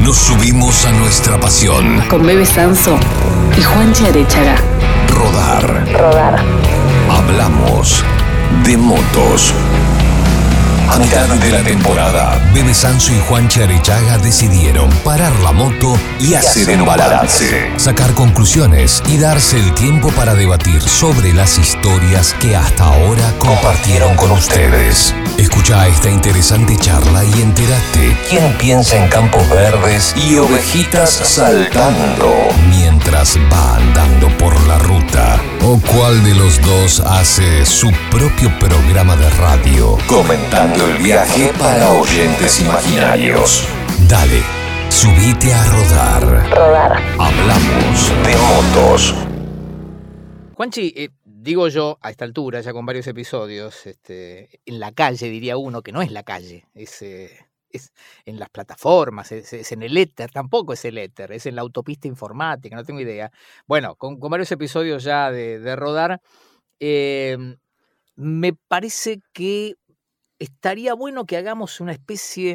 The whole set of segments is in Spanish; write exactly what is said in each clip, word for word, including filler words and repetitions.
Nos subimos a nuestra pasión. Con Bebe Sanso y Juanchi Arechaga. Rodar. Rodar. Hablamos de motos. A mitad de la temporada, Bebe Sanso y Juanchi Arechaga decidieron parar la moto y hacer un balance, sacar conclusiones y darse el tiempo para debatir sobre las historias que hasta ahora compartieron con ustedes. Escucha esta interesante charla y entérate quién piensa en campos verdes y ovejitas saltando mientras va andando por la ruta, o cuál de los dos hace su propio programa de radio comentando el viaje para oyentes imaginarios. Dale, subite a rodar. Rodar. Hablamos de motos. Juanchi, eh, digo yo, a esta altura, ya con varios episodios, este, en la calle, diría uno, que no es la calle, es, eh, es en las plataformas, es, es en el éter, tampoco es el éter, es en la autopista informática, no tengo idea. Bueno, con, con varios episodios ya de, de rodar, eh, me parece que estaría bueno que hagamos una especie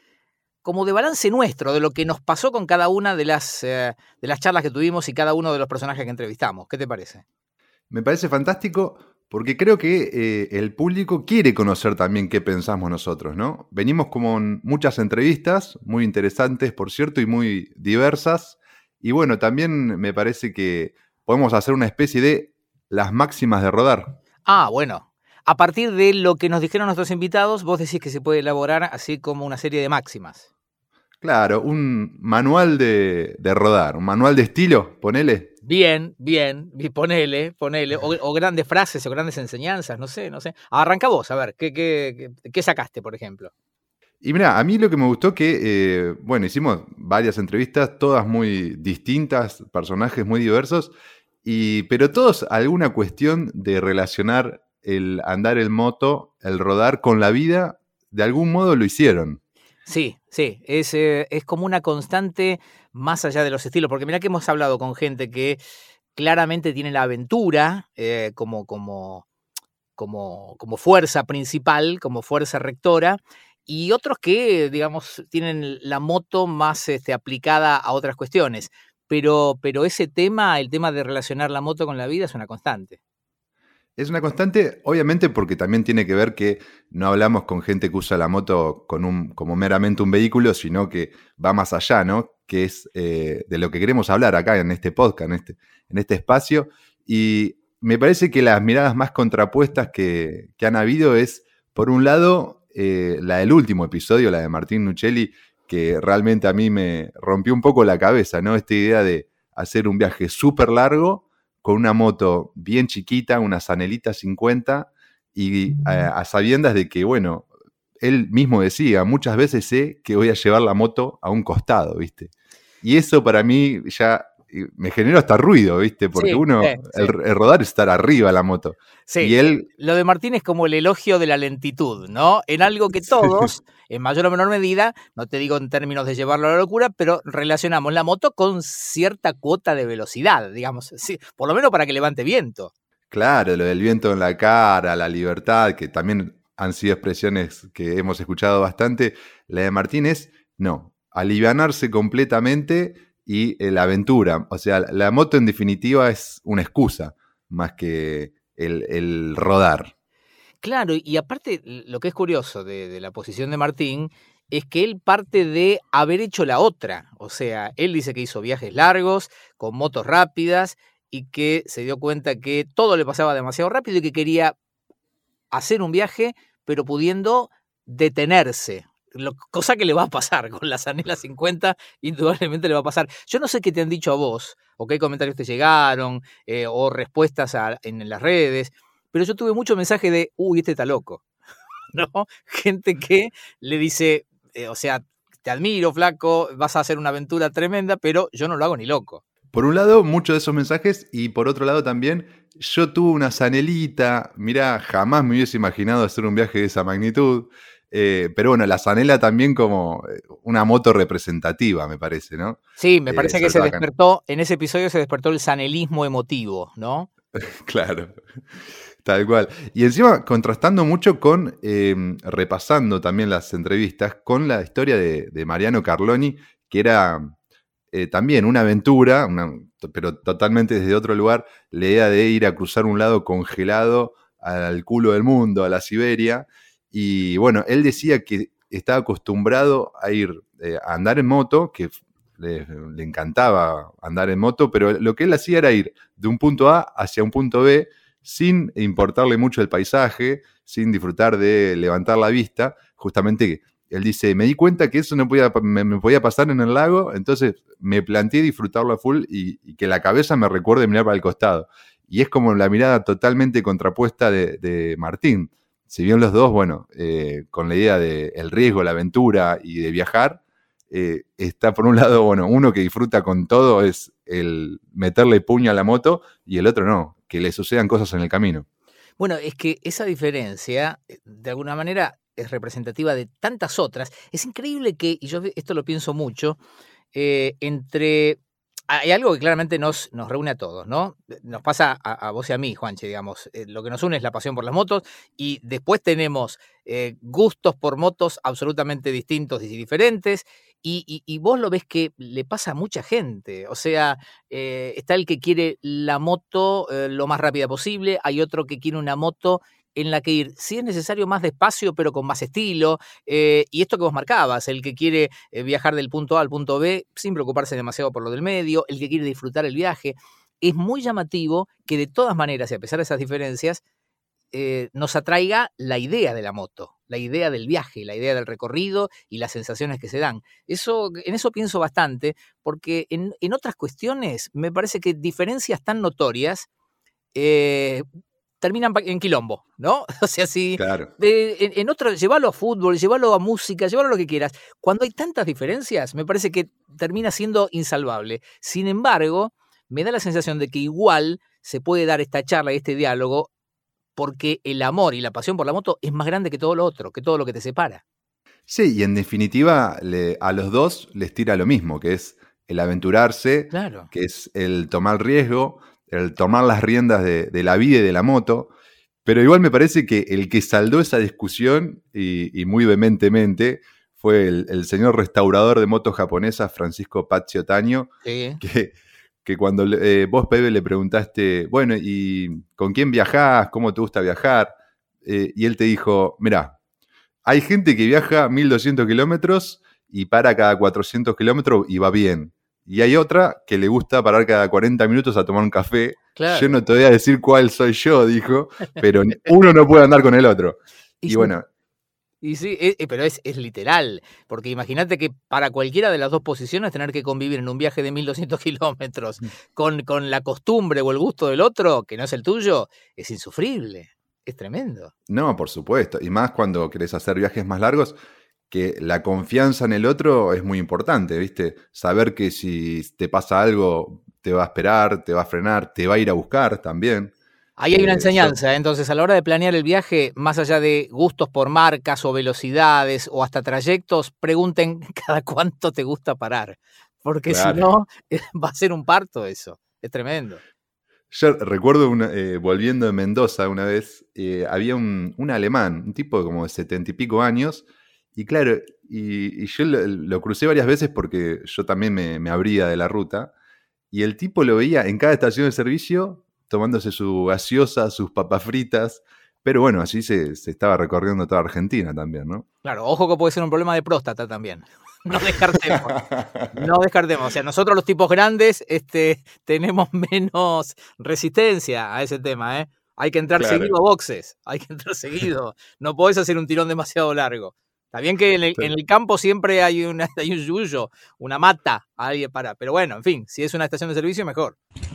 como de balance nuestro de lo que nos pasó con cada una de las, eh, de las charlas que tuvimos y cada uno de los personajes que entrevistamos. ¿Qué te parece? Me parece fantástico porque creo que eh, el público quiere conocer también qué pensamos nosotros, ¿no? Venimos con muchas entrevistas, muy interesantes, por cierto, y muy diversas. Y bueno, también me parece que podemos hacer una especie de las máximas de rodar. Ah, bueno. A partir de lo que nos dijeron nuestros invitados, vos decís que se puede elaborar así como una serie de máximas. Claro, un manual de, de rodar, un manual de estilo, ponele. Bien, bien, ponele, ponele. O, o grandes frases o grandes enseñanzas, no sé, no sé. Arranca vos, a ver, ¿qué, qué, qué sacaste, por ejemplo? Y mira, a mí lo que me gustó que, eh, bueno, hicimos varias entrevistas, todas muy distintas, personajes muy diversos, y, pero todos alguna cuestión de relacionar el andar en moto, el rodar con la vida, de algún modo lo hicieron. Sí, sí, es, eh, es como una constante más allá de los estilos, porque mirá que hemos hablado con gente que claramente tiene la aventura eh, como, como, como, como fuerza principal, como fuerza rectora, y otros que, digamos, tienen la moto más este, aplicada a otras cuestiones, pero, pero ese tema, el tema de relacionar la moto con la vida es una constante. Es una constante, obviamente, porque también tiene que ver que no hablamos con gente que usa la moto con un, como meramente un vehículo, sino que va más allá, ¿no? Que es eh, de lo que queremos hablar acá en este podcast, en este, en este espacio. Y me parece que las miradas más contrapuestas que, que han habido es, por un lado, eh, la del último episodio, la de Martín Nuccelli, que realmente a mí me rompió un poco la cabeza, ¿no? Esta idea de hacer un viaje súper largo con una moto bien chiquita, una Zanelita cincuenta, y a, a sabiendas de que, bueno, él mismo decía, muchas veces sé que voy a llevar la moto a un costado, ¿viste? Y eso para mí ya me generó hasta ruido, ¿viste? Porque sí, uno, sí, el, sí. el rodar es estar arriba la moto. Sí, y él, lo de Martín es como el elogio de la lentitud, ¿no? En algo que todos, en mayor o menor medida, no te digo en términos de llevarlo a la locura, pero relacionamos la moto con cierta cuota de velocidad, digamos, sí, por lo menos para que levante viento. Claro, lo del viento en la cara, la libertad, que también han sido expresiones que hemos escuchado bastante. La de Martín es, no, alivianarse completamente y eh, la aventura. O sea, la moto en definitiva es una excusa más que el, el rodar. Claro, y aparte lo que es curioso de, de la posición de Martín es que él parte de haber hecho la otra. O sea, él dice que hizo viajes largos, con motos rápidas, y que se dio cuenta que todo le pasaba demasiado rápido y que quería hacer un viaje, pero pudiendo detenerse. Lo, cosa que le va a pasar con la Zanella cincuenta, indudablemente le va a pasar. Yo no sé qué te han dicho a vos, o qué comentarios te llegaron, eh, o respuestas a, en, en las redes, pero yo tuve mucho mensaje de, uy, este está loco, ¿no? Gente que le dice, eh, o sea, te admiro, flaco, vas a hacer una aventura tremenda, pero yo no lo hago ni loco. Por un lado, muchos de esos mensajes, y por otro lado también, yo tuve una Zanelita, mirá, jamás me hubiese imaginado hacer un viaje de esa magnitud. Eh, pero bueno, la Zanella también como una moto representativa, me parece, ¿no? Sí, me parece eh, que se despertó, en ese episodio se despertó el zanelismo emotivo, ¿no? Claro, tal cual. Y encima contrastando mucho con, eh, repasando también las entrevistas, con la historia de, de Mariano Carloni, que era eh, también una aventura, una, pero totalmente desde otro lugar, la idea de ir a cruzar un lado congelado al culo del mundo, a la Siberia. Y bueno, él decía que estaba acostumbrado a ir eh, a andar en moto, que le, le encantaba andar en moto, pero lo que él hacía era ir de un punto A hacia un punto B sin importarle mucho el paisaje, sin disfrutar de levantar la vista. Justamente él dice, me di cuenta que eso no podía, me, me podía pasar en el lago, entonces me planteé disfrutarlo a full y, y que la cabeza me recuerde mirar para el costado. Y es como la mirada totalmente contrapuesta de, de Martín. Si bien los dos, bueno, eh, con la idea del riesgo, la aventura y de viajar, eh, está por un lado, bueno, uno que disfruta con todo es el meterle puño a la moto y el otro no, que le sucedan cosas en el camino. Bueno, es que esa diferencia, de alguna manera, es representativa de tantas otras. Es increíble que, y yo esto lo pienso mucho, eh, entre... Hay algo que claramente nos, nos reúne a todos, ¿no? Nos pasa a, a vos y a mí, Juanche, digamos. Eh, lo que nos une es la pasión por las motos y después tenemos eh, gustos por motos absolutamente distintos y diferentes y, y, y vos lo ves que le pasa a mucha gente. O sea, eh, está el que quiere la moto eh, lo más rápida posible, hay otro que quiere una moto en la que ir, si es necesario, más despacio, pero con más estilo. Eh, y esto que vos marcabas, el que quiere eh, viajar del punto A al punto B sin preocuparse demasiado por lo del medio, el que quiere disfrutar el viaje. Es muy llamativo que de todas maneras, y a pesar de esas diferencias, eh, nos atraiga la idea de la moto, la idea del viaje, la idea del recorrido y las sensaciones que se dan. Eso, en eso pienso bastante, porque en, en otras cuestiones me parece que diferencias tan notorias eh, terminan en quilombo, ¿no? O sea, si claro. eh, en, en otro, llévalo a fútbol, llévalo a música, llévalo a lo que quieras. Cuando hay tantas diferencias, me parece que termina siendo insalvable. Sin embargo, me da la sensación de que igual se puede dar esta charla y este diálogo porque el amor y la pasión por la moto es más grande que todo lo otro, que todo lo que te separa. Sí, y en definitiva le, a los dos les tira lo mismo, que es el aventurarse, claro. que es el tomar riesgo, el tomar las riendas de, de la vida y de la moto, pero igual me parece que el que saldó esa discusión, y, y muy vehementemente, fue el, el señor restaurador de motos japonesas, Francisco Pazio Taño, sí. que, que cuando eh, vos, Pepe, le preguntaste, bueno, ¿y con quién viajás? ¿Cómo te gusta viajar? Eh, y él te dijo, mirá, hay gente que viaja mil doscientos kilómetros y para cada cuatrocientos kilómetros y va bien. Y hay otra que le gusta parar cada cuarenta minutos a tomar un café. Claro. Yo no te voy a decir cuál soy yo, dijo, pero uno no puede andar con el otro. Y, y sí, bueno. Y sí, es, pero es, es literal, porque imagínate que para cualquiera de las dos posiciones tener que convivir en un viaje de mil doscientos kilómetros con, con la costumbre o el gusto del otro, que no es el tuyo, es insufrible, es tremendo. No, por supuesto, y más cuando querés hacer viajes más largos, que la confianza en el otro es muy importante, ¿viste? Saber que si te pasa algo, te va a esperar, te va a frenar, te va a ir a buscar también. Ahí hay una enseñanza, entonces a la hora de planear el viaje, más allá de gustos por marcas o velocidades o hasta trayectos, pregunten cada cuánto te gusta parar, porque claro. Si no, va a ser un parto eso, es tremendo. Yo recuerdo, una, eh, volviendo de Mendoza una vez, eh, había un, un alemán, un tipo de como de setenta y pico años, y claro, y, y yo lo, lo crucé varias veces porque yo también me, me abría de la ruta, y el tipo lo veía en cada estación de servicio tomándose su gaseosa, sus papas fritas, pero bueno, así se, se estaba recorriendo toda Argentina también, ¿no? Claro, ojo que puede ser un problema de próstata también. No descartemos, no descartemos. O sea, nosotros los tipos grandes este, tenemos menos resistencia a ese tema, ¿eh? Hay que entrar claro. seguido a boxes, hay que entrar seguido. No podés hacer un tirón demasiado largo. Está bien que en el, sí. en el campo siempre hay, una, hay un yuyo, una mata, alguien para. Pero bueno, en fin, si es una estación de servicio, mejor.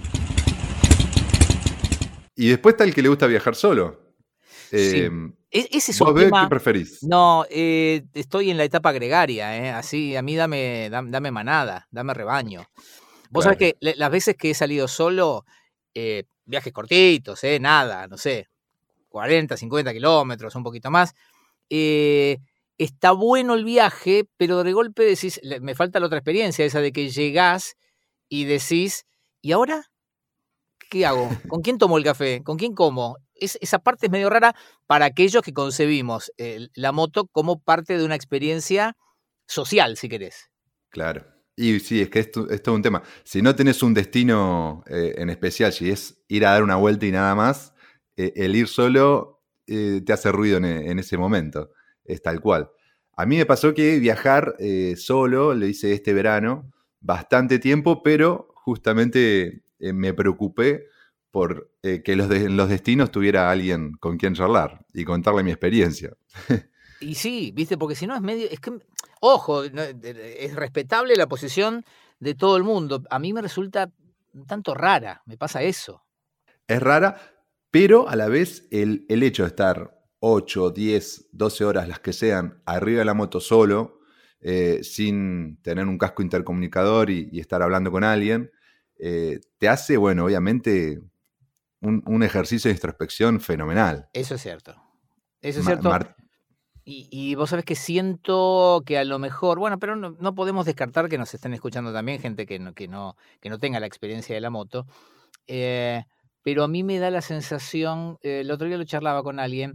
Y después está el que le gusta viajar solo. Sí. Eh, Ese es ¿Vos un ves tema... qué preferís? No, eh, estoy en la etapa gregaria, ¿eh? Así, a mí dame, dame, dame manada, dame rebaño. Vos claro. sabés que las veces que he salido solo, eh, viajes cortitos, ¿eh? Nada, no sé, cuarenta, cincuenta kilómetros, un poquito más, eh, está bueno el viaje, pero de golpe decís, me falta la otra experiencia, esa de que llegás y decís, ¿y ahora? ¿Qué hago? ¿Con quién tomo el café? ¿Con quién como? Es, esa parte es medio rara para aquellos que concebimos eh, la moto como parte de una experiencia social, si querés. Claro. Y sí, es que es, tu- es todo un tema. Si no tenés un destino eh, en especial, si es ir a dar una vuelta y nada más, eh, el ir solo eh, te hace ruido en, e- en ese momento. Es tal cual. A mí me pasó que viajar eh, solo, le hice este verano, bastante tiempo, pero justamente eh, me preocupé por eh, que los de- en los destinos tuviera alguien con quien charlar y contarle mi experiencia. Y sí, viste, porque si no es medio, es que, ojo, no, de- de- es respetable la posición de todo el mundo. A mí me resulta un tanto rara, me pasa eso. Es rara, pero a la vez el, el hecho de estar ocho, diez, doce horas, las que sean, arriba de la moto solo, eh, sin tener un casco intercomunicador y, y estar hablando con alguien, eh, te hace, bueno, obviamente, un, un ejercicio de introspección fenomenal. Eso es cierto. Eso es Ma- cierto. Mar- Y, y vos sabés que siento que a lo mejor, bueno, pero no, no podemos descartar que nos estén escuchando también gente que no, que no, que no tenga la experiencia de la moto. Eh, pero a mí me da la sensación, eh, el otro día lo charlaba con alguien,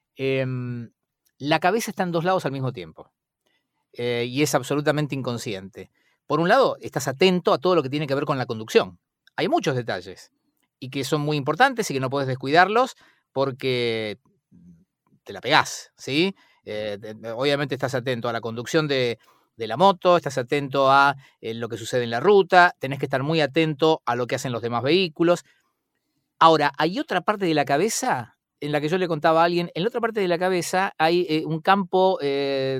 em, la cabeza está en dos lados al mismo tiempo. Eh, y es absolutamente inconsciente. Por un lado, estás atento a todo lo que tiene que ver con la conducción. Hay muchos detalles y que son muy importantes y que no puedes descuidarlos porque te la pegás, ¿sí? Eh, de- obviamente estás atento a la conducción de, de la moto, estás atento a eh, lo que sucede en la ruta, tenés que estar muy atento a lo que hacen los demás vehículos. Ahora, hay otra parte de la cabeza en la que yo le contaba a alguien, en la otra parte de la cabeza hay eh, un campo eh,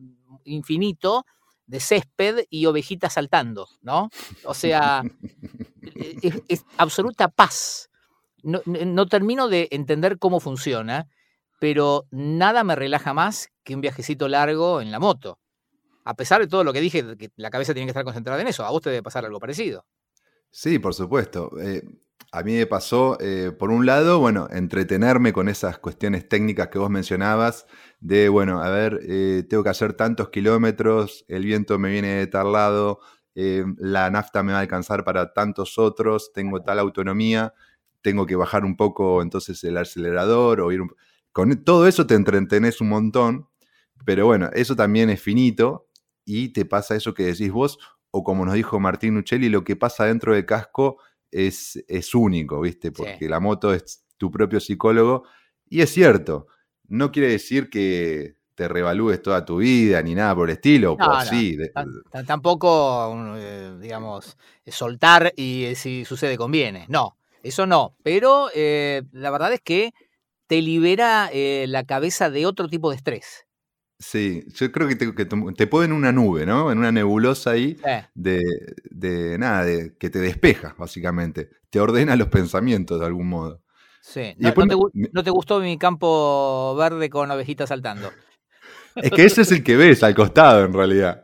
infinito de césped y ovejitas saltando, ¿no? O sea, e- es, es absoluta paz. No, no- no termino de entender cómo funciona, pero nada me relaja más que un viajecito largo en la moto. A pesar de todo lo que dije, de que la cabeza tiene que estar concentrada en eso, a vos te debe pasar algo parecido. Sí, por supuesto. Eh, a mí me pasó, eh, por un lado, bueno, entretenerme con esas cuestiones técnicas que vos mencionabas, de, bueno, a ver, eh, tengo que hacer tantos kilómetros, el viento me viene de tal lado, eh, la nafta me va a alcanzar para tantos otros, tengo tal autonomía, tengo que bajar un poco entonces el acelerador o ir un... Con todo eso te entretenés un montón, pero bueno, eso también es finito y te pasa eso que decís vos, o como nos dijo Martín Uccelli, lo que pasa dentro del casco es, es único, ¿viste? Sí. Porque la moto es tu propio psicólogo. Y es cierto, no quiere decir que te revalúes toda tu vida ni nada por el estilo, No, o no. sí. de- ta- ta- Tampoco, mm, eh, digamos, soltar y eh, si sucede conviene. No, eso no. Pero eh, la verdad es que te libera eh, la cabeza de otro tipo de estrés. Sí, yo creo que te, que te- te pone en una nube, ¿no? En una nebulosa ahí Sí, de, de nada, de, que te despeja, básicamente. Te ordena los pensamientos de algún modo. sí. Y No, después no te, me- gu- me- no te gustó mi campo verde con ovejitas saltando. es que ese es el que ves al costado, en realidad.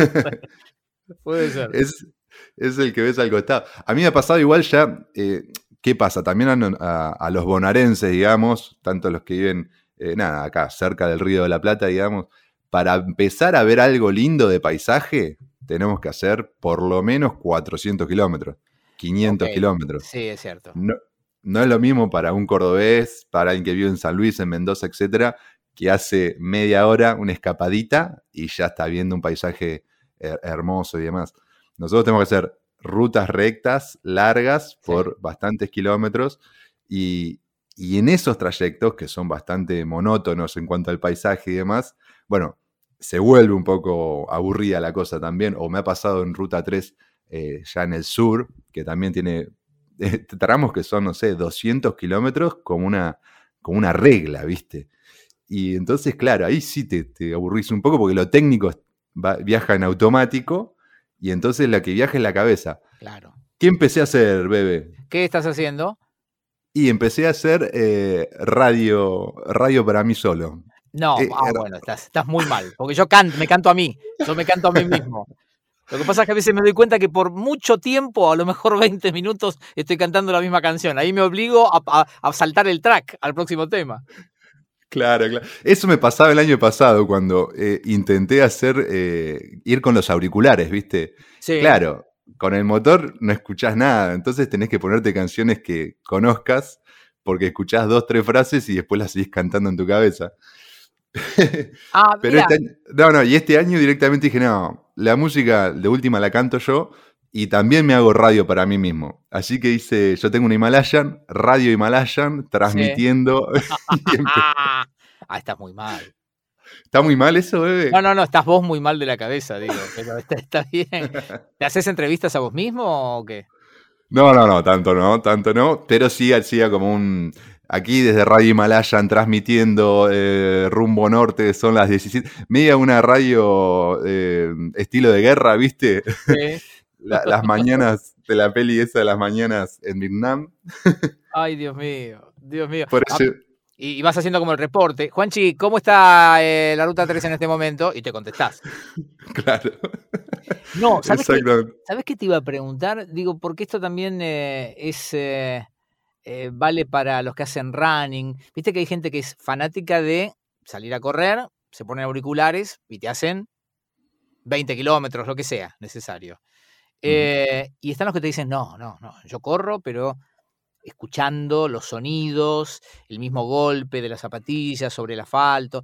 Puede ser. Es, es el que ves al costado. A mí me ha pasado igual ya, eh, ¿qué pasa? También a, a- a los bonaerenses, digamos, tanto los que viven, eh, nada, acá, cerca del Río de la Plata, digamos, para empezar a ver algo lindo de paisaje, tenemos que hacer por lo menos cuatrocientos kilómetros, Ok, quinientos kilómetros. sí, es cierto. No, no es lo mismo para un cordobés, para alguien que vive en San Luis, en Mendoza, etcétera, que hace media hora una escapadita y ya está viendo un paisaje her- hermoso y demás. Nosotros tenemos que hacer rutas rectas, largas, por Sí. bastantes kilómetros y, y en esos trayectos, que son bastante monótonos en cuanto al paisaje y demás, bueno, se vuelve un poco aburrida la cosa también, o me ha pasado en Ruta tres, eh, ya en el sur, que también tiene eh, tramos que son, no sé, doscientos kilómetros como una, como una regla, ¿viste? Y entonces, claro, ahí sí te, te aburrís un poco porque lo técnico va- viaja en automático y entonces la que viaja es la cabeza. Claro. ¿Qué empecé a hacer, bebé? ¿Qué estás haciendo? Y empecé a hacer eh, radio, radio para mí solo. No, Eh, ah, bueno, estás, estás muy mal, porque yo canto, me canto a mí, yo me canto a mí mismo. Lo que pasa es que a veces me doy cuenta que por mucho tiempo, a lo mejor veinte minutos, estoy cantando la misma canción. Ahí me obligo a, a- a saltar el track al próximo tema. Claro, claro. Eso me pasaba el año pasado cuando eh, intenté hacer, eh, ir con los auriculares, ¿viste? Sí, Claro, con el motor no escuchás nada, entonces tenés que ponerte canciones que conozcas porque escuchás dos, tres frases y después las seguís cantando en tu cabeza. ah, Pero mira, este año, no, no, y este año directamente dije, no, la música de última la canto yo y también me hago radio para mí mismo. Así que hice, yo tengo un Himalayan, radio Himalayan, transmitiendo. Sí. Ah, estás muy mal. ¿Está muy mal eso, bebé? No, no, no, estás vos muy mal de la cabeza, digo, pero está, está bien. ¿Te haces entrevistas a vos mismo o qué? No, no, no, tanto no, tanto no, pero sí hacía como un... Aquí desde Radio Himalayan transmitiendo eh, rumbo norte, son las diecisiete. Media una radio eh, estilo de guerra, ¿viste? Sí. La, las mañanas de la peli esa de las mañanas en Vietnam. Ay, Dios mío, Dios mío. Por eso... Ah, y, y vas haciendo como el reporte. Juanchi, ¿cómo está eh, la Ruta tres en este momento? Y te contestás. Claro. No, ¿sabes qué, ¿sabes qué te iba a preguntar? Digo, porque esto también eh, es... Eh, Eh, vale para los que hacen running. Viste que hay gente que es fanática de salir a correr, se ponen auriculares y te hacen veinte kilómetros, lo que sea necesario. Eh, uh-huh. Y están los que te dicen, no, no, no, yo corro, pero escuchando los sonidos, el mismo golpe de las zapatillas sobre el asfalto.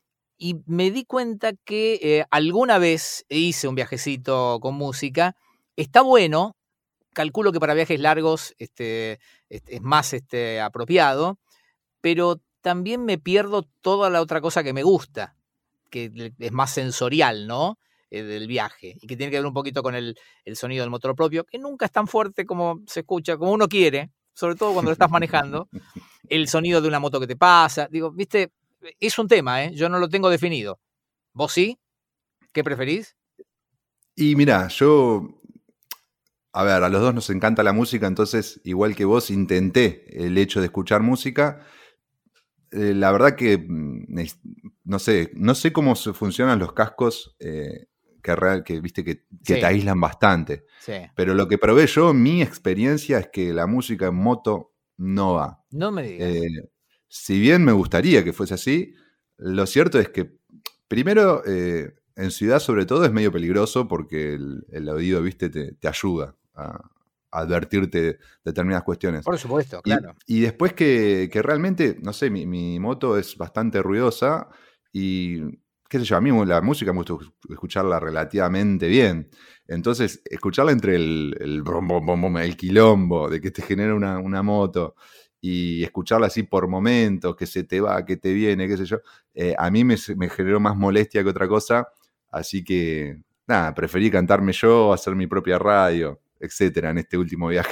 Y me di cuenta que eh, alguna vez hice un viajecito con música. Está bueno. Calculo que para viajes largos este, este, es más este, apropiado, pero también me pierdo toda la otra cosa que me gusta, que es más sensorial, ¿no? Eh, del viaje, y que tiene que ver un poquito con el, el sonido del motor propio, que nunca es tan fuerte como se escucha, como uno quiere, sobre todo cuando lo estás manejando, el sonido de una moto que te pasa. Digo, viste, es un tema, ¿eh? Yo no lo tengo definido. ¿Vos sí? ¿Qué preferís? Y mirá, yo... A ver, a los dos nos encanta la música, entonces, igual que vos, intenté el hecho de escuchar música. Eh, la verdad que, no sé, no sé cómo funcionan los cascos eh, que, real, que, viste, que, que sí. te aíslan bastante. Sí. Pero lo que probé yo, mi experiencia es que la música en moto no va. No me digas. Eh, si bien me gustaría que fuese así, lo cierto es que, primero, eh, en ciudad sobre todo es medio peligroso porque el, el oído, viste, te, te ayuda a advertirte determinadas cuestiones. Por supuesto, claro. Y, y después que, que realmente, no sé, mi, mi moto es bastante ruidosa y, qué sé yo, a mí la música me gusta escucharla relativamente bien. Entonces, escucharla entre el, el, brom, brom, brom, el quilombo de que te genera una, una moto y escucharla así por momentos, que se te va, que te viene, qué sé yo, eh, a mí me, me generó más molestia que otra cosa. Así que, nada, preferí cantarme yo, hacer mi propia radio, etcétera, en este último viaje.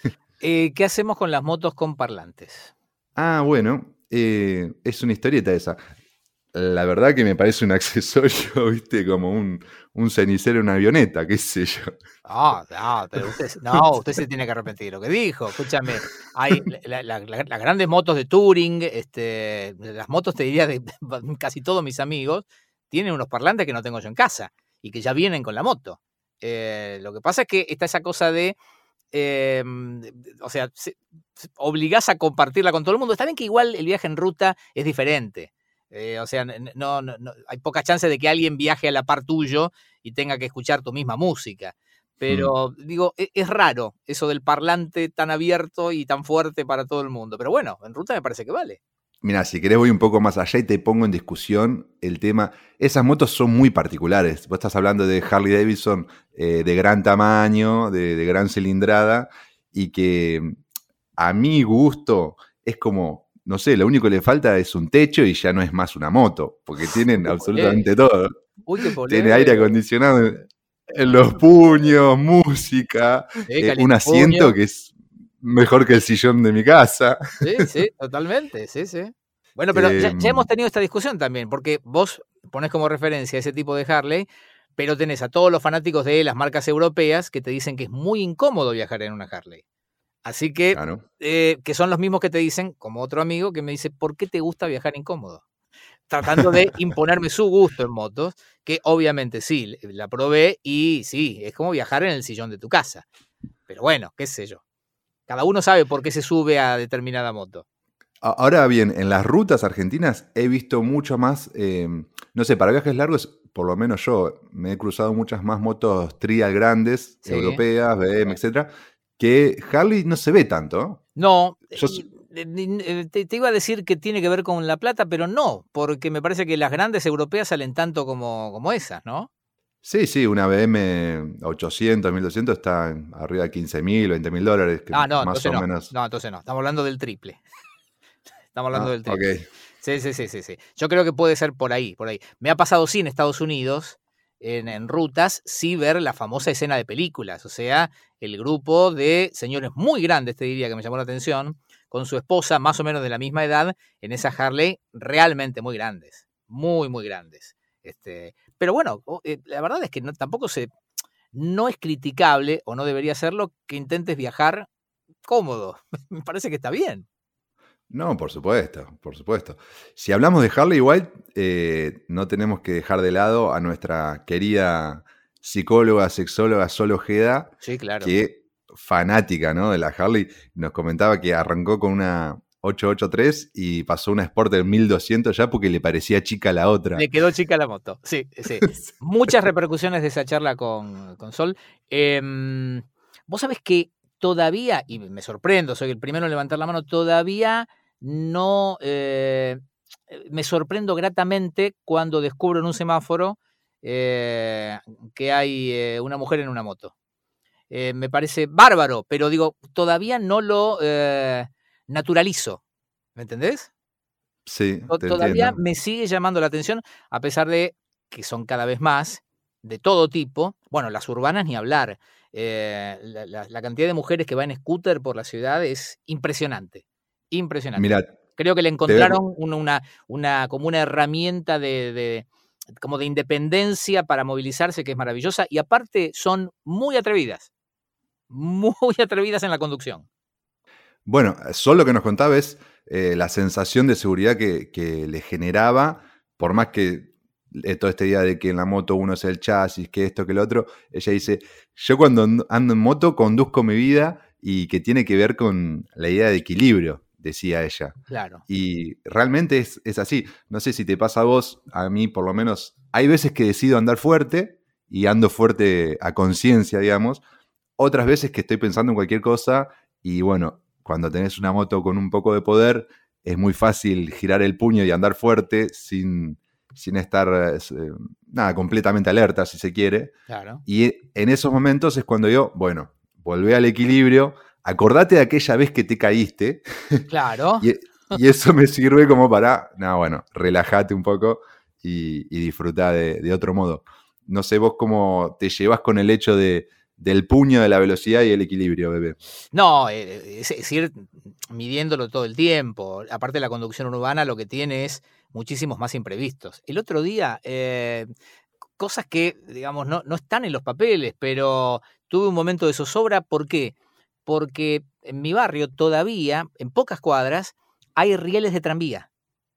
Eh, ¿Qué hacemos con las motos con parlantes? Ah, bueno, eh, es una historieta esa. La verdad que me parece un accesorio, viste, como un, un cenicero en una avioneta, qué sé yo. No, no, pero usted, no, usted se tiene que arrepentir de lo que dijo. Escúchame, hay la, la, la, las grandes motos de touring, este, las motos, te diría, de casi todos mis amigos, tienen unos parlantes que no tengo yo en casa y que ya vienen con la moto. Eh, lo que pasa es que está esa cosa de, eh, o sea, se, se, obligás a compartirla con todo el mundo. Está bien que igual el viaje en ruta es diferente. Eh, o sea, no, no, no, hay poca chance de que alguien viaje a la par tuyo y tenga que escuchar tu misma música. Pero, mm. digo, es, es raro eso del parlante tan abierto y tan fuerte para todo el mundo. Pero bueno, en ruta me parece que vale. Mira, si querés voy un poco más allá y te pongo en discusión el tema. Esas motos son muy particulares. Vos estás hablando de Harley Davidson eh, de gran tamaño, de, de gran cilindrada, y que a mi gusto es como, no sé, lo único que le falta es un techo y ya no es más una moto, porque tienen absolutamente todo. Uy, qué polé. Tiene aire acondicionado en, en los puños, música, eh, un asiento que es mejor que el sillón de mi casa. Sí, sí, totalmente, sí, sí. Bueno, pero eh, ya, ya hemos tenido esta discusión también, porque vos ponés como referencia ese tipo de Harley, pero tenés a todos los fanáticos de las marcas europeas que te dicen que es muy incómodo viajar en una Harley. Así que, claro. eh, que son los mismos que te dicen, como otro amigo que me dice, ¿por qué te gusta viajar incómodo? Tratando de imponerme su gusto en motos, que obviamente sí, la probé y sí, es como viajar en el sillón de tu casa. Pero bueno, qué sé yo. Cada uno sabe por qué se sube a determinada moto. Ahora bien, en las rutas argentinas he visto mucho más, eh, no sé, para viajes largos, por lo menos yo me he cruzado muchas más motos trial grandes, sí, europeas, B M, sí, etcétera, que Harley no se ve tanto. No, yo, te, te iba a decir que tiene que ver con la plata, pero no, porque me parece que las grandes europeas salen tanto como, como esas, ¿no? Sí, sí, una B M ochocientos, mil doscientos está en- arriba de quince mil, veinte mil dólares, que Ah, no, más entonces o no. menos. No, entonces no. Estamos hablando del triple. Estamos hablando Ah, del ok. triple. Sí, sí, sí, sí, sí. Yo creo que puede ser por ahí, por ahí. Me ha pasado sí en Estados Unidos, en, en rutas, sí ver la famosa escena de películas. O sea, el grupo de señores muy grandes, te diría, que me llamó la atención, con su esposa, más o menos de la misma edad, en esa Harley, realmente muy grandes. Muy, muy grandes. Este, pero bueno, o- eh, la verdad es que no, tampoco se, no es criticable, o no debería serlo, que intentes viajar cómodo. Me parece que está bien. No, por supuesto, por supuesto. Si hablamos de Harley White, eh, no tenemos que dejar de lado a nuestra querida psicóloga, sexóloga Sol Ojeda, Sí, claro. que fanática, ¿no?, de la Harley, nos comentaba que arrancó con una ochocientos ochenta y tres y pasó una Sport del mil doscientos ya porque le parecía chica la otra. Le quedó chica la moto. Sí, sí. Muchas repercusiones de esa charla con, con Sol. Em, vos sabés que todavía, y me sorprendo, soy el primero en levantar la mano, todavía no eh, me sorprendo gratamente cuando descubro en un semáforo eh, que hay eh, una mujer en una moto. Eh, me parece bárbaro, pero digo, todavía no lo eh, naturalizo. ¿Me entendés? Sí, To- te Todavía entiendo. me sigue llamando la atención, a pesar de que son cada vez más, de todo tipo. Bueno, las urbanas ni hablar. Eh, la, la- la cantidad de mujeres que van en scooter por la ciudad es impresionante. Impresionante. Mira, Creo que le te voy a encontraron una, una, una- como una herramienta de, de- como de independencia para movilizarse que es maravillosa. Y aparte son muy atrevidas. Muy atrevidas en la conducción. Bueno, Sol lo que nos contaba es eh, la sensación de seguridad que, que le generaba, por más que eh, toda esta idea de que en la moto uno es el chasis, que esto, que lo otro, ella dice, yo cuando ando ando en moto conduzco mi vida y que tiene que ver con la idea de equilibrio, decía ella. Claro. Y realmente es, es así. No sé si te pasa a vos, a mí por lo menos, hay veces que decido andar fuerte y ando fuerte a conciencia, digamos, otras veces que estoy pensando en cualquier cosa y bueno, cuando tenés una moto con un poco de poder, es muy fácil girar el puño y andar fuerte sin, sin estar eh, nada, completamente alerta, si se quiere. Claro. Y en esos momentos es cuando yo, bueno, volvé al equilibrio, acordate de aquella vez que te caíste Claro. y, y eso me sirve como para, no, bueno, relájate un poco y, y disfrutar de, de otro modo. No sé vos cómo te llevas con el hecho de, del puño, de la velocidad y el equilibrio, bebé. No, eh, es, es ir midiéndolo todo el tiempo. Aparte, la conducción urbana lo que tiene es muchísimos más imprevistos. El otro día, eh, cosas que, digamos, no, no están en los papeles, pero tuve un momento de zozobra. ¿Por qué? Porque en mi barrio todavía, en pocas cuadras, hay rieles de tranvía.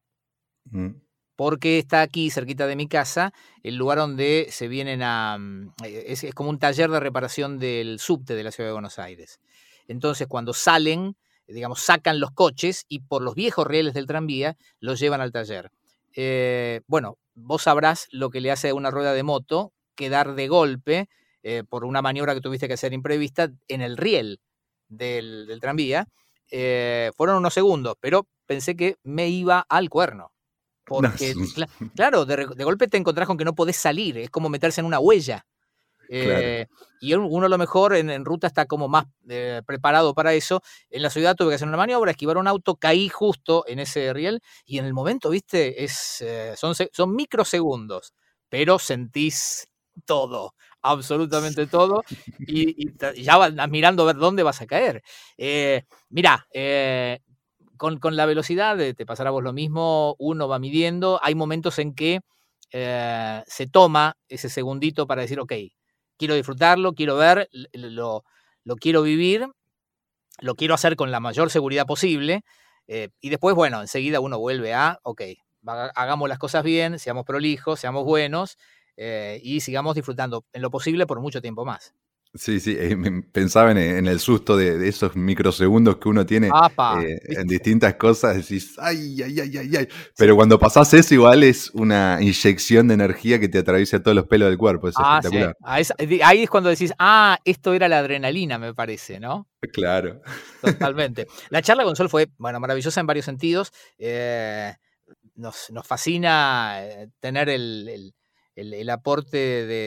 Mm. Porque está aquí, cerquita de mi casa, el lugar donde se vienen a... Es, es como un taller de reparación del subte de la Ciudad de Buenos Aires. Entonces, cuando salen, digamos, sacan los coches y por los viejos rieles del tranvía los llevan al taller. Eh, bueno, vos sabrás lo que le hace a una rueda de moto quedar de golpe eh, por una maniobra que tuviste que hacer imprevista en el riel del, del tranvía. Eh, fueron unos segundos, pero pensé que me iba al cuerno. Porque, cl- claro, de, de golpe te encontrás con que no podés salir, es como meterse en una huella. Claro. Eh, y uno a lo mejor en, en ruta está como más eh, preparado para eso. En la ciudad tuve que hacer una maniobra, esquivar un auto, caí justo en ese riel y en el momento, viste, es, eh, son, son microsegundos, pero sentís todo, absolutamente todo, y, y, y ya vas mirando a ver dónde vas a caer. Eh, mirá, eh, con, con la velocidad, te pasará a vos lo mismo, uno va midiendo, hay momentos en que eh, se toma ese segundito para decir, ok, quiero disfrutarlo, quiero ver, lo, lo quiero vivir, lo quiero hacer con la mayor seguridad posible, eh, y después, bueno, enseguida uno vuelve a, ok, hagamos las cosas bien, seamos prolijos, seamos buenos, eh, y sigamos disfrutando en lo posible por mucho tiempo más. Sí, sí, eh, pensaba en, en el susto de, de esos microsegundos que uno tiene Apa, eh, en ¿viste? distintas cosas, decís, ay, ay, ay, ay, ay. Pero sí, cuando pasás eso, igual es una inyección de energía que te atraviesa todos los pelos del cuerpo, es Ah, espectacular. sí. Ah, es, ahí es cuando decís, ah, esto era la adrenalina, me parece, ¿no? Claro. Totalmente. La charla con Sol fue, bueno, maravillosa en varios sentidos. Eh, nos, nos fascina tener el, el, el, el aporte de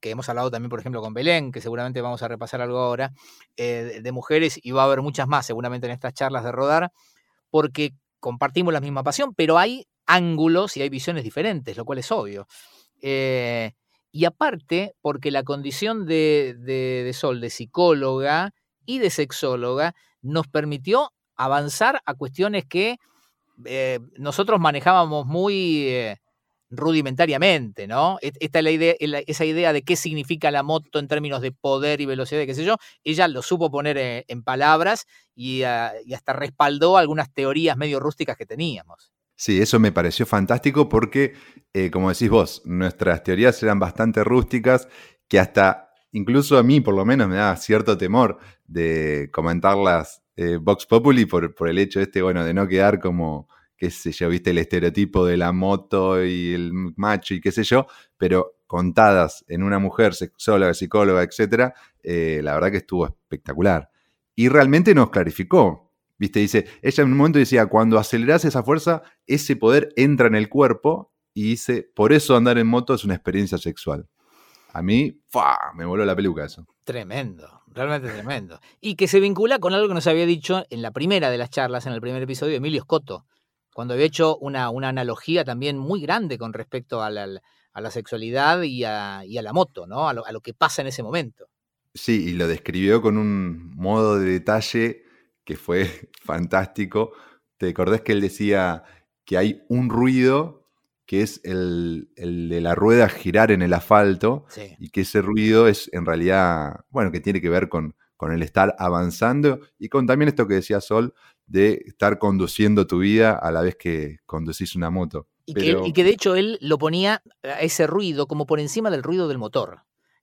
que hemos hablado también, por ejemplo, con Belén, que seguramente vamos a repasar algo ahora, eh, de, de mujeres, y va a haber muchas más seguramente en estas charlas de rodar, porque compartimos la misma pasión, pero hay ángulos y hay visiones diferentes, lo cual es obvio. Eh, y aparte, porque la condición de, de, de Sol, de psicóloga y de sexóloga, nos permitió avanzar a cuestiones que eh, nosotros manejábamos muy eh, rudimentariamente, ¿no? Esta es la idea, esa idea de qué significa la moto en términos de poder y velocidad y qué sé yo, ella lo supo poner en, en palabras y, uh, y hasta respaldó algunas teorías medio rústicas que teníamos. Sí, eso me pareció fantástico porque, eh, como decís vos, nuestras teorías eran bastante rústicas, que hasta, incluso a mí por lo menos, me daba cierto temor de comentarlas eh, Vox Populi por, por el hecho este, bueno, de no quedar como, qué sé yo, viste, el estereotipo de la moto y el macho y qué sé yo, pero contadas en una mujer sexóloga, psicóloga, etcétera, eh, la verdad que estuvo espectacular. Y realmente nos clarificó. Viste, dice, ella en un momento decía, cuando acelerás esa fuerza, ese poder entra en el cuerpo y dice, por eso andar en moto es una experiencia sexual. A mí, ¡fua!, me voló la peluca eso. Tremendo, realmente tremendo. Y que se vincula con algo que nos había dicho en la primera de las charlas, en el primer episodio, Emilio Scotto, cuando había hecho una, una analogía también muy grande con respecto a la, a la sexualidad y a, y a la moto, ¿no? A lo, a lo que pasa en ese momento. Sí, y lo describió con un modo de detalle que fue fantástico. ¿Te acordás que él decía que hay un ruido que es el, el de la rueda girar en el asfalto? Sí. Y que ese ruido es en realidad, bueno, que tiene que ver con, con el estar avanzando y con también esto que decía Sol, de estar conduciendo tu vida a la vez que conducís una moto. Y, Pero... que, y que de hecho él lo ponía a ese ruido como por encima del ruido del motor.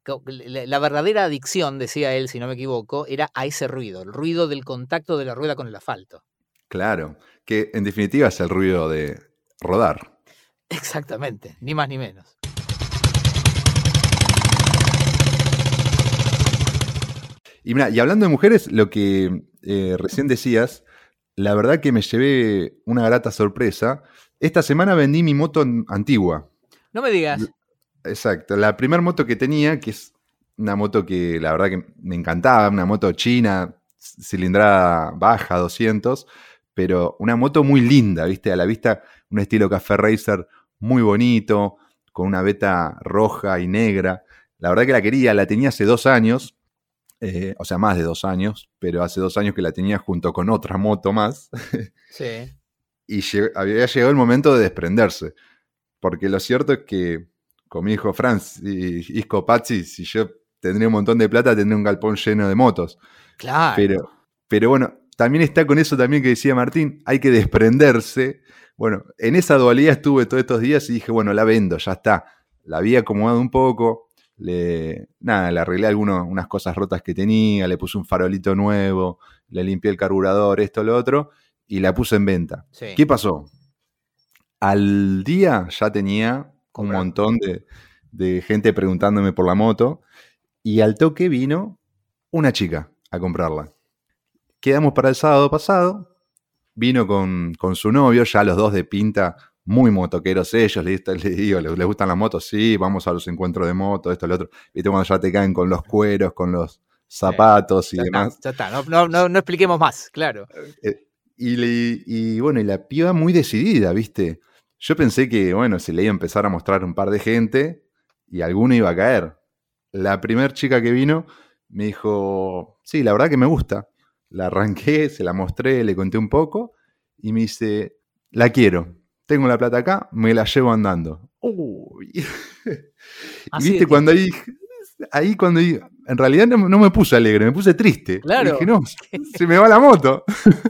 La verdadera adicción, decía él, si no me equivoco, era a ese ruido, el ruido del contacto de la rueda con el asfalto. Claro, que en definitiva es el ruido de rodar. Exactamente, ni más ni menos. Y mira, y hablando de mujeres, lo que eh, recién decías, la verdad que me llevé una grata sorpresa. Esta semana vendí mi moto antigua. No me digas. Exacto, la primera moto que tenía, que es una moto que la verdad que me encantaba, una moto china, cilindrada baja, doscientos, pero una moto muy linda, ¿viste? A la vista, un estilo Café Racer muy bonito, con una veta roja y negra. La verdad que la quería, la tenía hace dos años, eh, o sea, más de dos años, pero hace dos años que la tenía junto con otra moto más. Sí. Y lleg- había llegado el momento de desprenderse, porque lo cierto es que con mi hijo Franz y Isco Pazzi, si yo tendría un montón de plata, tendría un galpón lleno de motos. Claro. Pero, pero bueno, también está con eso también que decía Martín, hay que desprenderse. Bueno, en esa dualidad estuve todos estos días y dije, bueno, la vendo, ya está. La había acomodado un poco, le, nada, le arreglé algunas unas cosas rotas que tenía, le puse un farolito nuevo, le limpié el carburador, esto, lo otro, y la puse en venta. Sí. ¿Qué pasó? Al día ya tenía un montón de, de gente preguntándome por la moto y al toque vino una chica a comprarla. Quedamos para el sábado pasado, vino con, con su novio, ya los dos de pinta, muy motoqueros ellos, les, les digo, les, les gustan las motos, sí, vamos a los encuentros de moto, esto, lo otro. Viste cuando ya te caen con los cueros, con los zapatos sí, y ya demás. Está, ya está, no, no, no, no expliquemos más, claro. Eh, y, le, y bueno, y la piba muy decidida, ¿viste? Yo pensé que, bueno, se le iba a empezar a mostrar un par de gente y alguno iba a caer. La primera chica que vino me dijo, sí, la verdad que me gusta. La arranqué, se la mostré, le conté un poco y me dice, la quiero. Tengo la plata acá, me la llevo andando. Uy. Y viste, cuando ahí, ahí cuando ahí, en realidad no, no me puse alegre, me puse triste. Claro. Dije, no, se me va la moto.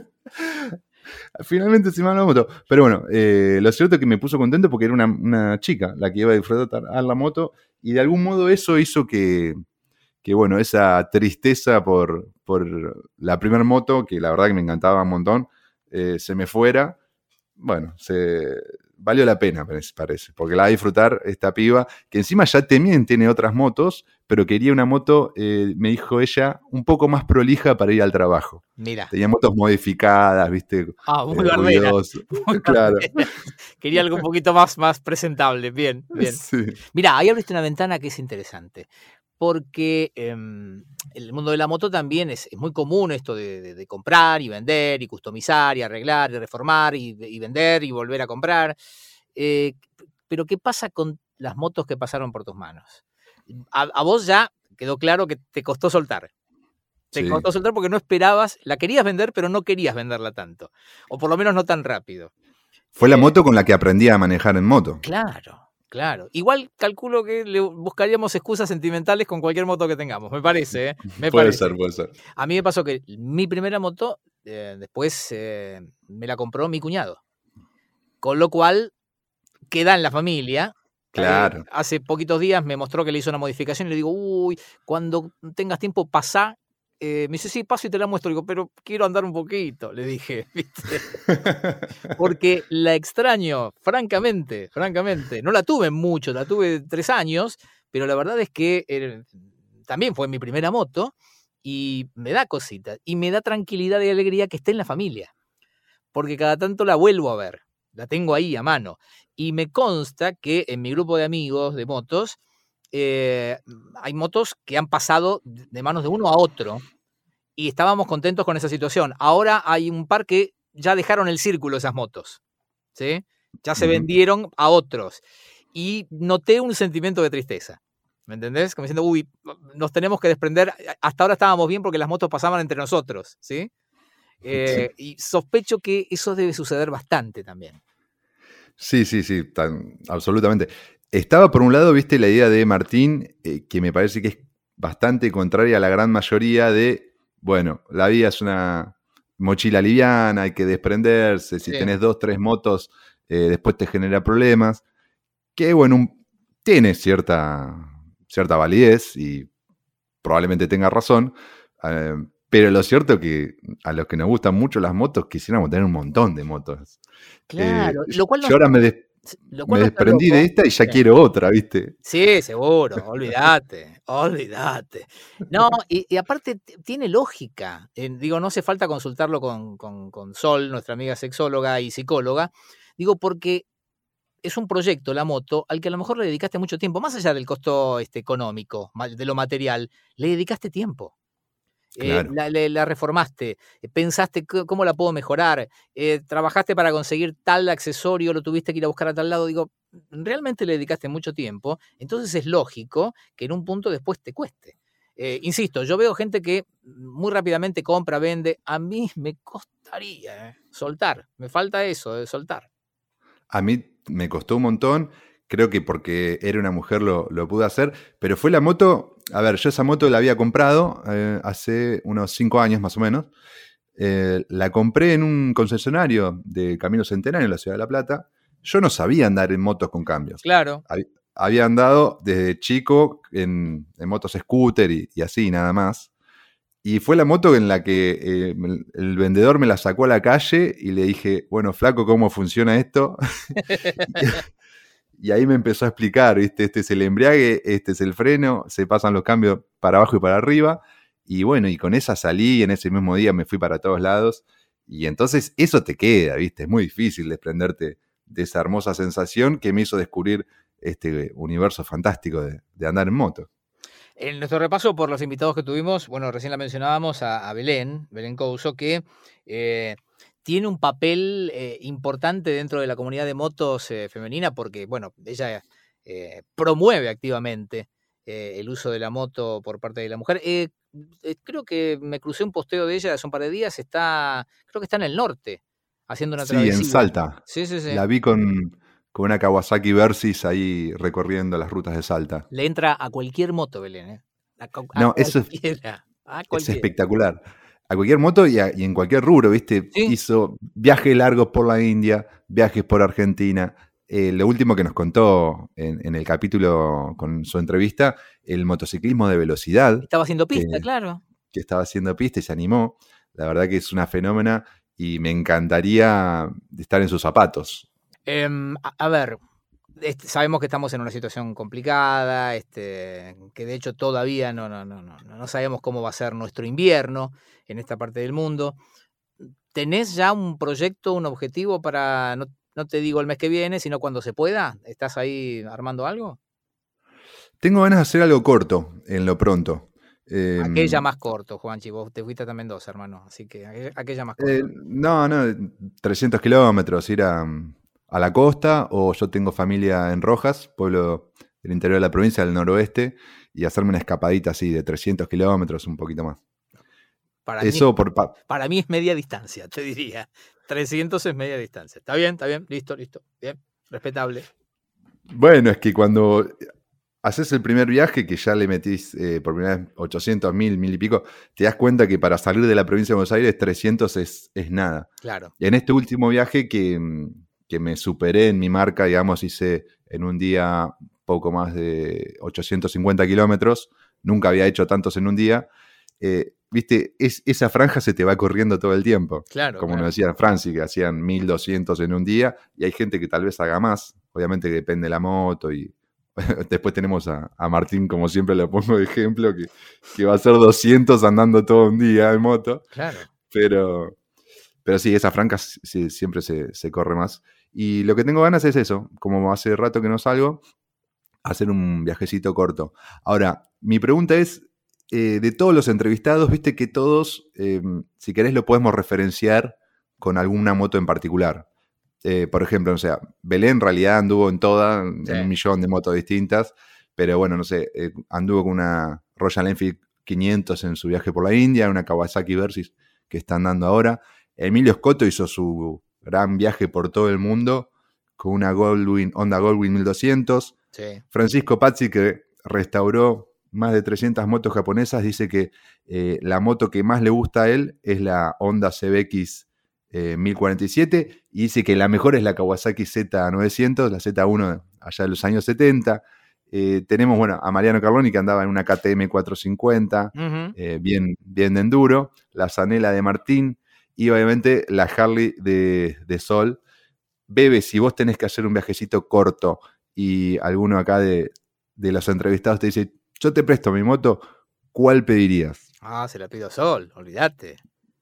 Finalmente se me va la moto. Pero bueno, eh, lo cierto es que me puso contento porque era una, una chica la que iba a disfrutar a la moto y de algún modo eso hizo que, que bueno, esa tristeza por, por la primera moto, que la verdad que me encantaba un montón, eh, se me fuera. Bueno, se, valió la pena, parece, porque la va a disfrutar esta piba, que encima ya también tiene otras motos, pero quería una moto, eh, me dijo ella, un poco más prolija para ir al trabajo. Mira. Tenía motos modificadas, ¿viste? Ah, muy eh, bardera. Muy claro. Bardera. Quería algo un poquito más, más presentable. Bien, bien. Sí. Mira, ahí abriste una ventana que es interesante. Porque eh, el mundo de la moto también es, es muy común esto de, de, de comprar y vender y customizar y arreglar y reformar y, y vender y volver a comprar. Eh, pero ¿qué pasa con las motos que pasaron por tus manos? A, a vos ya quedó claro que te costó soltar. Te sí. costó soltar porque no esperabas, la querías vender, pero no querías venderla tanto. O por lo menos no tan rápido. Fue eh, la moto con la que aprendí a manejar en moto. Claro. Claro, igual calculo que le buscaríamos excusas sentimentales con cualquier moto que tengamos, me parece. ¿eh? Me puede parece. ser, puede ser. A mí me pasó que mi primera moto, eh, después eh, me la compró mi cuñado. Con lo cual, queda en la familia. Claro. Eh, hace poquitos días me mostró que le hizo una modificación y le digo, uy, cuando tengas tiempo pasá. Eh, me dice, sí, paso y te la muestro. Digo, pero quiero andar un poquito, le dije, ¿viste? Porque la extraño, francamente, francamente. No la tuve mucho, la tuve tres años, pero la verdad es que eh, también fue mi primera moto y me da cositas. Y me da tranquilidad y alegría que esté en la familia. Porque cada tanto la vuelvo a ver. La tengo ahí a mano. Y me consta que en mi grupo de amigos de motos, Eh, hay motos que han pasado de manos de uno a otro y estábamos contentos con esa situación. Ahora hay un par que ya dejaron el círculo esas motos, ¿sí? Ya se uh-huh. vendieron a otros y noté un sentimiento de tristeza, ¿me entendés? Como diciendo, uy, nos tenemos que desprender, hasta ahora estábamos bien porque las motos pasaban entre nosotros, ¿sí? Eh, sí. Y sospecho que eso debe suceder bastante también. Sí, sí, sí, tan, absolutamente. Estaba por un lado, viste, la idea de Martín, eh, que me parece que es bastante contraria a la gran mayoría de, bueno, la vida es una mochila liviana, hay que desprenderse, si sí. tenés dos, tres motos, eh, después te genera problemas, que bueno, un, tiene cierta, cierta validez y probablemente tenga razón, eh, pero lo cierto es que a los que nos gustan mucho las motos quisiéramos tener un montón de motos. Claro, eh, lo cual yo no... ahora me des- Lo cual Me no desprendí loco. de esta y ya Sí. quiero otra, ¿viste? Sí, seguro, olvídate, olvídate. No, y, y aparte t- tiene lógica. Eh, digo, no hace falta consultarlo con, con, con Sol, nuestra amiga sexóloga y psicóloga. Digo, porque es un proyecto, la moto, al que a lo mejor le dedicaste mucho tiempo, más allá del costo este, económico, ma- de lo material, le dedicaste tiempo. Eh, Claro. la, la- la reformaste, eh, pensaste c- cómo la puedo mejorar, eh, trabajaste para conseguir tal accesorio, lo tuviste que ir a buscar a tal lado. Digo, realmente le dedicaste mucho tiempo, entonces es lógico que en un punto después te cueste. Eh, insisto, yo veo gente que muy rápidamente compra, vende. A mí me costaría eh, soltar, me falta eso, de soltar. A mí me costó un montón, creo que porque era una mujer lo, lo pude hacer, pero fue la moto, a ver, yo esa moto la había comprado eh, hace unos cinco años más o menos, eh, la compré en un concesionario de Camino Centenario en la Ciudad de La Plata. Yo no sabía andar en motos con cambios. Claro. Hab- Había andado desde chico en, en motos scooter y, y así nada más. Y fue la moto en la que eh, el, el vendedor me la sacó a la calle y le dije, bueno, flaco, ¿cómo funciona esto? Y ahí me empezó a explicar, ¿viste? Este es el embriague, este es el freno, se pasan los cambios para abajo y para arriba. Y bueno, y con esa salí, y en ese mismo día me fui para todos lados. Y entonces eso te queda, ¿viste? Es muy difícil desprenderte de esa hermosa sensación que me hizo descubrir este universo fantástico de, de andar en moto. En nuestro repaso por los invitados que tuvimos, bueno, recién la mencionábamos a, a Belén, Belén Couso, que eh, tiene un papel eh, importante dentro de la comunidad de motos eh, femenina porque, bueno, ella eh, promueve activamente eh, el uso de la moto por parte de la mujer. Eh, eh, creo que me crucé un posteo de ella hace un par de días, está, creo que está en el norte, haciendo una Sí, travesía. en Salta. Sí, sí, sí. La vi con, con una Kawasaki Versys ahí recorriendo las rutas de Salta. Le entra a cualquier moto, Belén, ¿eh? A, a No, eso es, cualquiera, a es cualquiera. espectacular. A cualquier moto y, a- y en cualquier rubro, ¿viste? Sí. Hizo viajes largos por la India, viajes por Argentina. Eh, lo último que nos contó en, en el capítulo con su entrevista, el motociclismo de velocidad, Estaba haciendo pista, que, claro. que estaba haciendo pista y se animó. La verdad que es una fenómena y me encantaría estar en sus zapatos. Eh, a, a ver, este, sabemos que estamos en una situación complicada, este, que de hecho todavía no, no, no, no, no sabemos cómo va a ser nuestro invierno en esta parte del mundo. ¿Tenés ya un proyecto, un objetivo para, no, no te digo el mes que viene, sino cuando se pueda? ¿Estás ahí armando algo? Tengo ganas de hacer algo corto, en lo pronto. Eh, Aquella más corto, Juanchi, vos te fuiste a Mendoza, hermano, así que aquella, aquella más corto. eh, no, no, trescientos kilómetros, ir a, a la costa, o yo tengo familia en Rojas, pueblo del interior de la provincia, del noroeste, y hacerme una escapadita así de trescientos kilómetros, un poquito más. Para Eso mí, por... pa- para mí es media distancia, te diría. trescientos es media distancia. Está bien, está bien, listo, listo. Bien, respetable. Bueno, es que cuando haces el primer viaje, que ya le metís eh, por primera vez ochocientos, mil, mil y pico, te das cuenta que para salir de la provincia de Buenos Aires trescientos es, es nada. Claro. En este último viaje que, que me superé en mi marca, digamos, hice en un día poco más de ochocientos cincuenta kilómetros, nunca había hecho tantos en un día. Eh, Viste, es, esa franja se te va corriendo todo el tiempo. Claro, Como claro. nos decía Franci, que hacían mil doscientos en un día, y hay gente que tal vez haga más. Obviamente que depende de la moto. Y después tenemos a, a Martín, como siempre le pongo de ejemplo, que, que va a hacer doscientos andando todo un día en moto. Claro. Pero, pero sí, esa franja sí, siempre se, se corre más. Y lo que tengo ganas es eso, como hace rato que no salgo, hacer un viajecito corto. Ahora, mi pregunta es, eh, de todos los entrevistados, viste que todos, eh, si querés, lo podemos referenciar con alguna moto en particular. Eh, por ejemplo, no sé, Belén en realidad anduvo en toda, Sí. en un millón de motos distintas, pero bueno, no sé, eh, anduvo con una Royal Enfield quinientos en su viaje por la India, una Kawasaki Versys que está andando ahora. Emilio Scotto hizo su gran viaje por todo el mundo con una Goldwing, Honda Goldwing mil doscientos. Sí. Francisco Pazzi, que restauró más de trescientas motos japonesas, dice que eh, la moto que más le gusta a él es la Honda C B X eh, mil cuarenta y siete, y dice que la mejor es la Kawasaki Z novecientos, la Z uno allá de los años setenta. Eh, tenemos, bueno, a Mariano Carloni, que andaba en una K T M cuatrocientos cincuenta, Uh-huh. eh, bien, bien de enduro, la Zanella de Martín, y obviamente la Harley de, de Sol. Bebe, si vos tenés que hacer un viajecito corto y alguno acá de, de los entrevistados te dice, yo te presto mi moto, ¿cuál pedirías? Ah, se la pido a Sol, olvídate.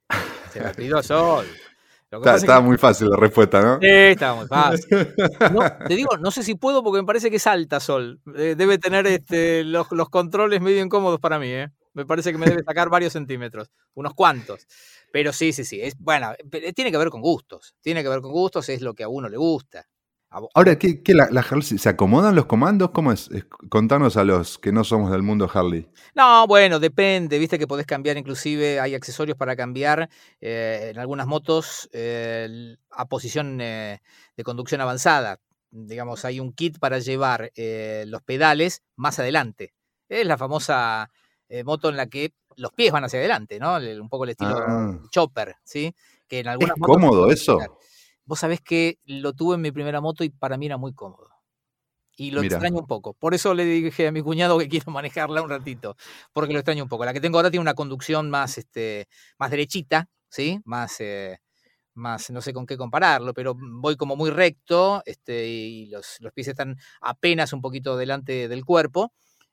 Se la pido a Sol. Lo que Está, pasa es estaba que- muy fácil la respuesta, ¿no? Sí, está muy fácil. No, te digo, no sé si puedo porque me parece que es alta, Sol. Eh, debe tener este, los, los controles medio incómodos para mí, ¿eh? Me parece que me debe sacar varios centímetros, unos cuantos. Pero sí, sí, sí. Es, bueno, pero tiene que ver con gustos. Tiene que ver con gustos, es lo que a uno le gusta. A vo- a Ahora, vos- ¿qué, qué la, la Harley, se acomodan los comandos? ¿Cómo es? Es- Contanos a los que no somos del mundo Harley. No, bueno, depende. Viste que podés cambiar, inclusive hay accesorios para cambiar eh, en algunas motos eh, l- a posición eh, de conducción avanzada. Digamos, hay un kit para llevar eh, los pedales más adelante. Es la famosa eh, moto en la que los pies van hacia adelante, ¿no? El- un poco el estilo Ah. chopper, ¿sí? Que en ¿Es algunas motos- cómodo eso? Vos sabés que lo tuve en mi primera moto y para mí era muy cómodo. Y lo Mirá. extraño un poco. Por eso le dije a mi cuñado que quiero manejarla un ratito. Porque lo extraño un poco. La que tengo ahora tiene una conducción más, este, más derechita, ¿sí? Más, eh, más, no sé con qué compararlo, pero voy como muy recto, este, y los, los pies están apenas un poquito delante del cuerpo.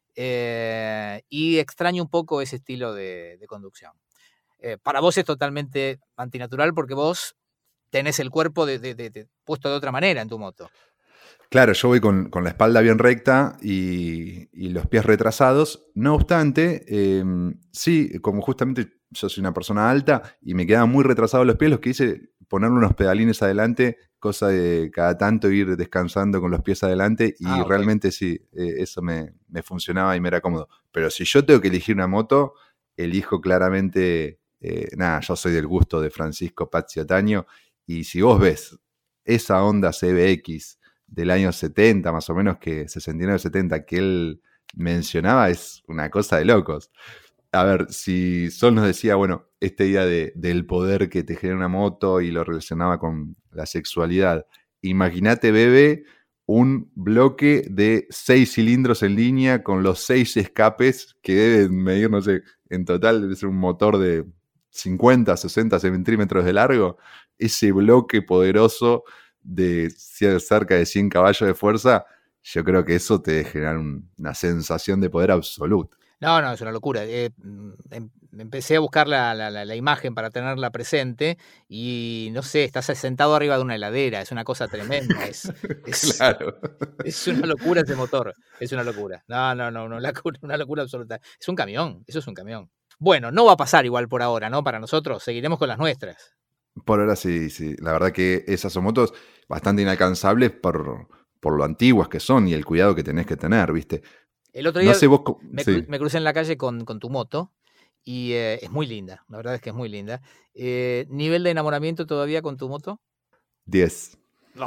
eh, y extraño un poco ese estilo de, de conducción. Eh, para vos es totalmente antinatural porque vos tenés el cuerpo de, de- de- de- puesto de otra manera en tu moto. Claro, yo voy con, con la espalda bien recta y, y los pies retrasados. No obstante, eh, sí, como justamente yo soy una persona alta y me quedaban muy retrasados los pies, los que hice ponerle unos pedalines adelante, cosa de cada tanto ir descansando con los pies adelante, y Ah, ok. realmente sí, eh, eso me, me funcionaba y me era cómodo. Pero si yo tengo que elegir una moto, elijo claramente, eh, nada, yo soy del gusto de Francisco Pazzi Otaño, y si vos ves esa Honda C B X del año setenta, más o menos, que sesenta y nueve setenta, que él mencionaba, es una cosa de locos. A ver, si Sol nos decía, bueno, esta idea de, del poder que te genera una moto y lo relacionaba con la sexualidad, imagínate, Bebe, un bloque de seis cilindros en línea con los seis escapes que deben medir, no sé, en total debe ser un motor de cincuenta, sesenta centímetros de largo. Ese bloque poderoso de cerca de cien caballos de fuerza, yo creo que eso te genera un, una sensación de poder absoluta. No, no, es una locura. Eh, em, empecé a buscar la, la, la, la imagen para tenerla presente y, no sé, estás sentado arriba de una heladera, es una cosa tremenda. Es, es, Claro. es una locura ese motor, es una locura. No, no, no, no, una locura, una locura absoluta. Es un camión, eso es un camión. Bueno, no va a pasar igual por ahora, ¿no? Para nosotros, seguiremos con las nuestras. Por ahora sí, sí. La verdad que esas son motos bastante inalcanzables por, por lo antiguas que son y el cuidado que tenés que tener, ¿viste? El otro día No sé vos, me, sí. me crucé en la calle con, con tu moto y eh, es muy linda, la verdad es que es muy linda. Eh, ¿Nivel de enamoramiento todavía con tu moto? diez.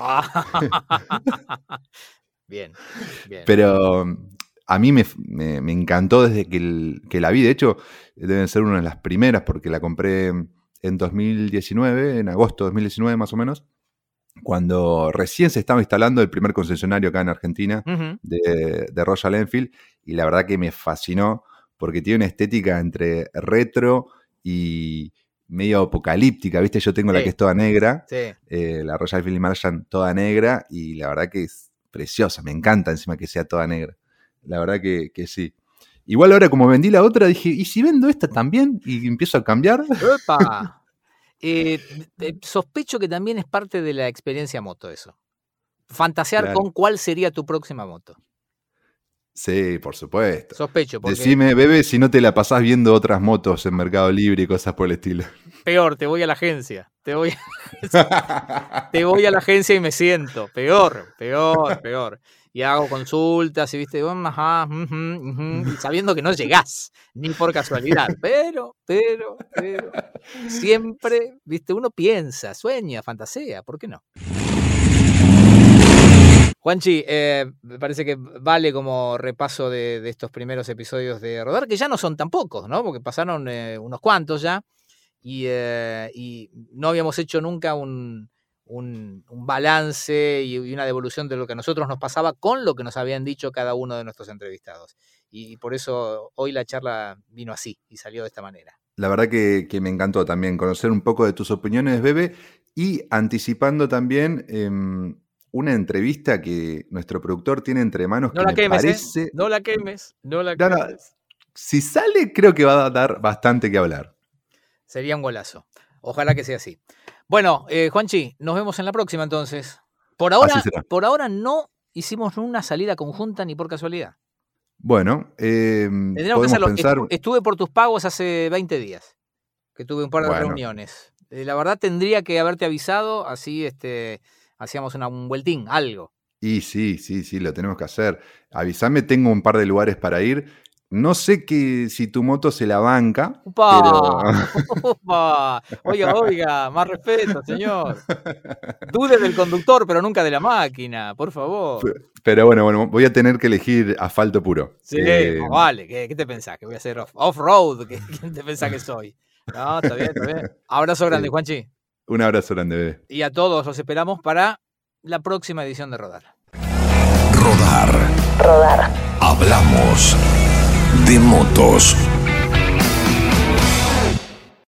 Bien, bien. Pero a mí me, me, me encantó desde que, el, que la vi. De hecho, deben ser una de las primeras porque la compré en dos mil diecinueve, en agosto de dos mil diecinueve más o menos, cuando recién se estaba instalando el primer concesionario acá en Argentina uh-huh. de, de Royal Enfield, y la verdad que me fascinó porque tiene una estética entre retro y medio apocalíptica, ¿viste? Yo tengo sí. la que es toda negra, sí. eh, la Royal Enfield Martian toda negra, y la verdad que es preciosa, me encanta encima que sea toda negra, la verdad que, que sí. Igual ahora como vendí la otra dije, ¿y si vendo esta también? Y empiezo a cambiar. ¡Epa! Eh, eh, sospecho que también es parte de la experiencia moto eso. Fantasear claro. con cuál sería tu próxima moto. Sí, por supuesto. Sospecho. Porque... Decime, bebé, si no te la pasás viendo otras motos en Mercado Libre y cosas por el estilo. Peor, te voy a la agencia. Te voy a, te voy a la agencia y me siento. Peor, peor, peor. Y hago consultas y viste, ajá, uh, uh, uh, y sabiendo que no llegás, ni por casualidad, pero, pero, pero, siempre, viste, uno piensa, sueña, fantasea, ¿por qué no? Juanchi, eh, me parece que vale como repaso de, de estos primeros episodios de Rodar, que ya no son tan pocos, ¿no? Porque pasaron eh, unos cuantos ya, y, eh, y no habíamos hecho nunca un... Un, un balance y una devolución de lo que a nosotros nos pasaba con lo que nos habían dicho cada uno de nuestros entrevistados. Y, y por eso hoy la charla vino así y salió de esta manera. La verdad que, que me encantó también conocer un poco de tus opiniones, Bebe, y anticipando también eh, una entrevista que nuestro productor tiene entre manos. No que la me quemes, parece... ¿eh? No la quemes, no la no, quemes. No, si sale, creo que va a dar bastante que hablar. Sería un golazo. Ojalá que sea así. Bueno, eh, Juanchi, nos vemos en la próxima entonces. Por ahora, por ahora no hicimos una salida conjunta ni por casualidad. Bueno, eh, tendríamos que hacerlo. Pensar... Estuve por tus pagos hace veinte días, que tuve un par de bueno. reuniones. Eh, la verdad tendría que haberte avisado, así este, hacíamos una, un vueltín, algo. Y sí, sí, sí, lo tenemos que hacer. Avísame, tengo un par de lugares para ir. No sé que, si tu moto se la banca. ¡Upa! Pero... ¡Upa! Oiga, oiga, más respeto, señor. Dude del conductor, pero nunca de la máquina, por favor. Pero bueno, bueno, voy a tener que elegir asfalto puro. Sí, eh... no, vale. ¿Qué, ¿Qué te pensás? ¿Que voy a hacer off- off-road? ¿Qué, ¿Quién te pensás que soy? No, está bien, está bien. Abrazo grande, eh, Juanchi. Un abrazo grande, bebé. Y a todos los esperamos para la próxima edición de Rodar. Rodar. Rodar. Hablamos de motos.